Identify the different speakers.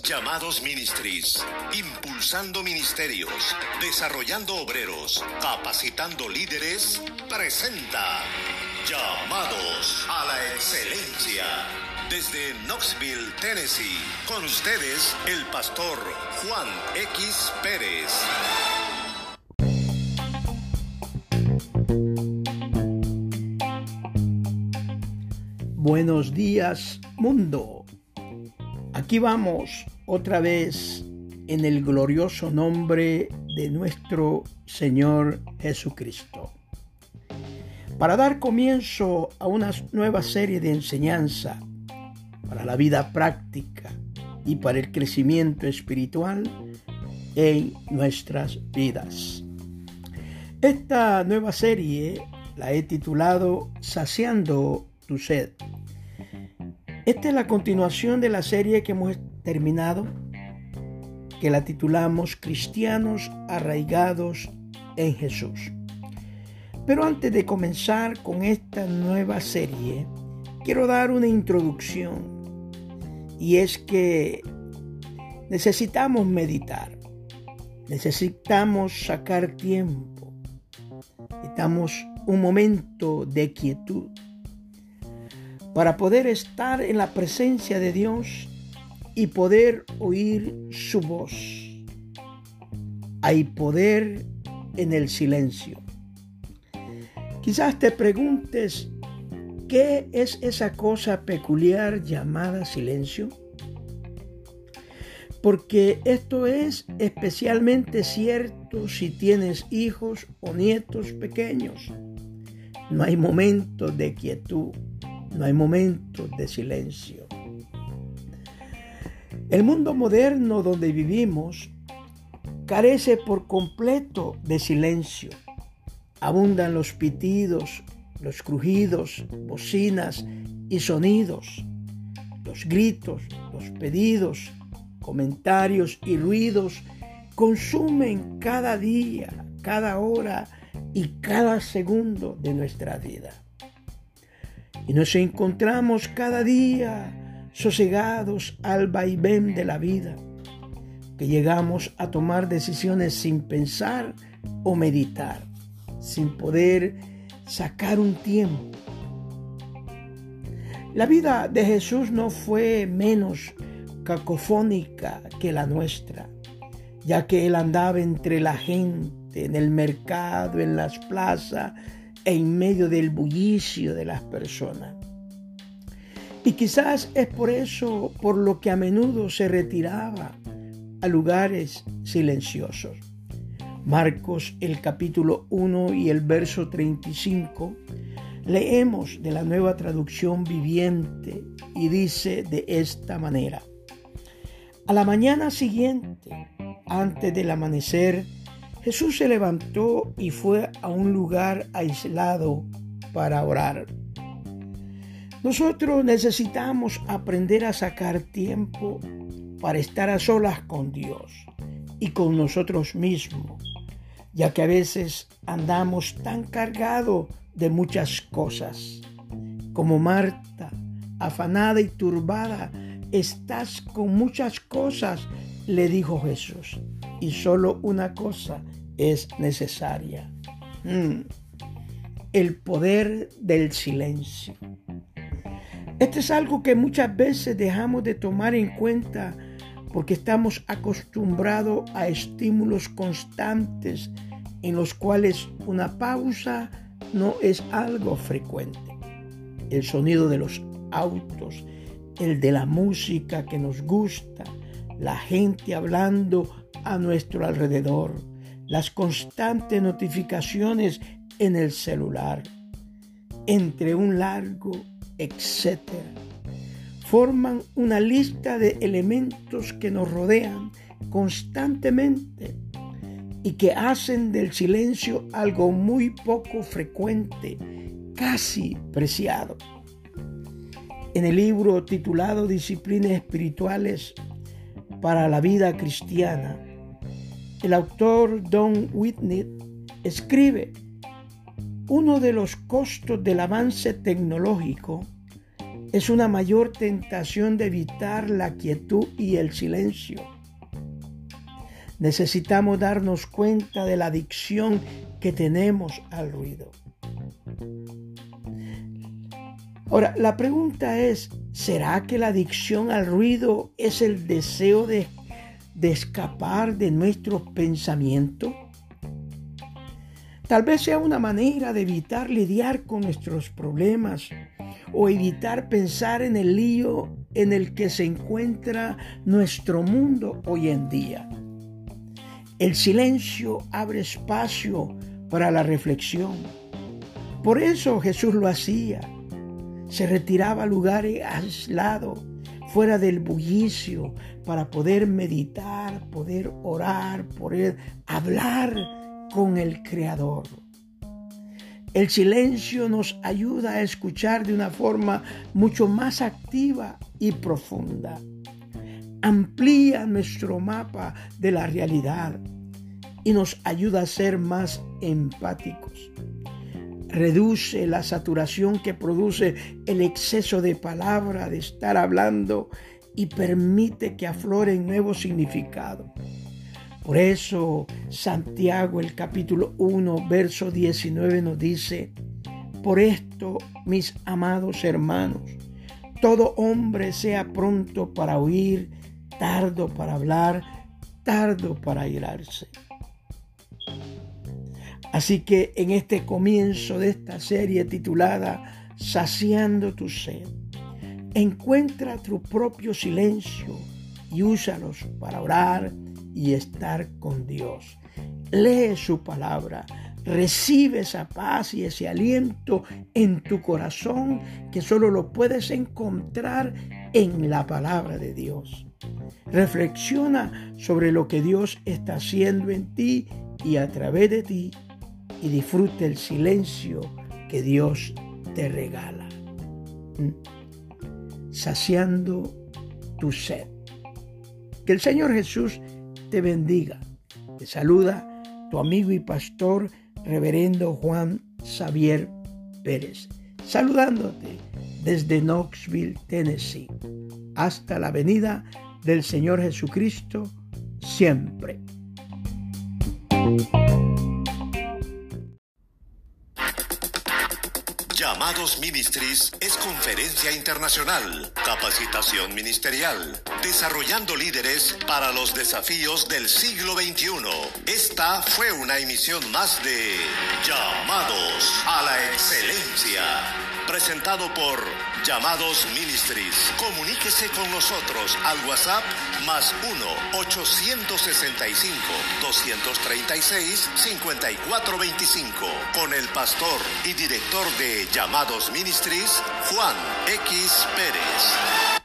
Speaker 1: Llamados Ministries, impulsando ministerios, desarrollando obreros, capacitando líderes, presenta Llamados a la Excelencia. Desde Knoxville, Tennessee, con ustedes el pastor Juan X. Pérez.
Speaker 2: Buenos días, mundo. Aquí vamos otra vez en el glorioso nombre de nuestro Señor Jesucristo, para dar comienzo a una nueva serie de enseñanza para la vida práctica y para el crecimiento espiritual en nuestras vidas. Esta nueva serie la he titulado Saciando tu sed. Esta es la continuación de la serie que hemos terminado, que la titulamos Cristianos arraigados en Jesús. Pero antes de comenzar con esta nueva serie, quiero dar una introducción, y es que necesitamos meditar, necesitamos sacar tiempo, necesitamos un momento de quietud para poder estar en la presencia de Dios y poder oír su voz. Hay poder en el silencio. Quizás te preguntes, ¿qué es esa cosa peculiar llamada silencio? Porque esto es especialmente cierto si tienes hijos o nietos pequeños. No hay momentos de quietud. No hay momentos de silencio. El mundo moderno donde vivimos carece por completo de silencio. Abundan los pitidos, los crujidos, bocinas y sonidos, los gritos, los pedidos, comentarios y ruidos consumen cada día, cada hora y cada segundo de nuestra vida. Y nos encontramos cada día sosegados al vaivén de la vida, que llegamos a tomar decisiones sin pensar o meditar, sin poder sacar un tiempo. La vida de Jesús no fue menos cacofónica que la nuestra, ya que Él andaba entre la gente, en el mercado, en las plazas, en medio del bullicio de las personas. Y quizás es por eso por lo que a menudo se retiraba a lugares silenciosos. Marcos, el capítulo 1 y el verso 35, leemos de la Nueva Traducción Viviente y dice de esta manera: a la mañana siguiente, antes del amanecer, Jesús se levantó y fue a un lugar aislado para orar. Nosotros necesitamos aprender a sacar tiempo para estar a solas con Dios y con nosotros mismos, ya que a veces andamos tan cargados de muchas cosas. Como Marta, afanada y turbada, estás con muchas cosas, le dijo Jesús, y solo una cosa es necesaria. El poder del silencio. Esto es algo que muchas veces dejamos de tomar en cuenta porque estamos acostumbrados a estímulos constantes en los cuales una pausa no es algo frecuente. El sonido de los autos, el de la música que nos gusta, la gente hablando a nuestro alrededor, las constantes notificaciones en el celular, entre un largo etcétera, forman una lista de elementos que nos rodean constantemente y que hacen del silencio algo muy poco frecuente, casi preciado. En el libro titulado Disciplinas Espirituales para la Vida Cristiana, el autor Don Whitney escribe: uno de los costos del avance tecnológico es una mayor tentación de evitar la quietud y el silencio. Necesitamos darnos cuenta de la adicción que tenemos al ruido. Ahora, la pregunta es, ¿será que la adicción al ruido es el deseo de escapar de nuestros pensamientos? Tal vez sea una manera de evitar lidiar con nuestros problemas o evitar pensar en el lío en el que se encuentra nuestro mundo hoy en día. El silencio abre espacio para la reflexión. Por eso Jesús lo hacía. Se retiraba a lugares aislados, fuera del bullicio, para poder meditar, poder orar, poder hablar con el Creador. El silencio nos ayuda a escuchar de una forma mucho más activa y profunda. Amplía nuestro mapa de la realidad y nos ayuda a ser más empáticos. Reduce la saturación que produce el exceso de palabra, de estar hablando, y permite que afloren nuevos significados. Por eso Santiago, el capítulo 1, verso 19 nos dice: por esto, mis amados hermanos, todo hombre sea pronto para oír, tardo para hablar, tardo para airarse. Así que en este comienzo de esta serie titulada Saciando tu sed, encuentra tu propio silencio y úsalos para orar y estar con Dios. Lee su palabra, recibe esa paz y ese aliento en tu corazón que solo lo puedes encontrar en la palabra de Dios. Reflexiona sobre lo que Dios está haciendo en ti y a través de ti, y disfruta el silencio que Dios te regala. Saciando tu sed. Que el Señor Jesús te bendiga. Te saluda tu amigo y pastor, reverendo Juan Xavier Pérez, saludándote desde Knoxville, Tennessee, hasta la venida del Señor Jesucristo siempre.
Speaker 1: Llamados Ministries es conferencia internacional, capacitación ministerial, desarrollando líderes para los desafíos del siglo XXI. Esta fue una emisión más de Llamados a la Excelencia, presentado por Llamados Ministries. Comuníquese con nosotros al WhatsApp más 1-865-236-5425 con el pastor y director de Llamados Ministries, Juan X. Pérez.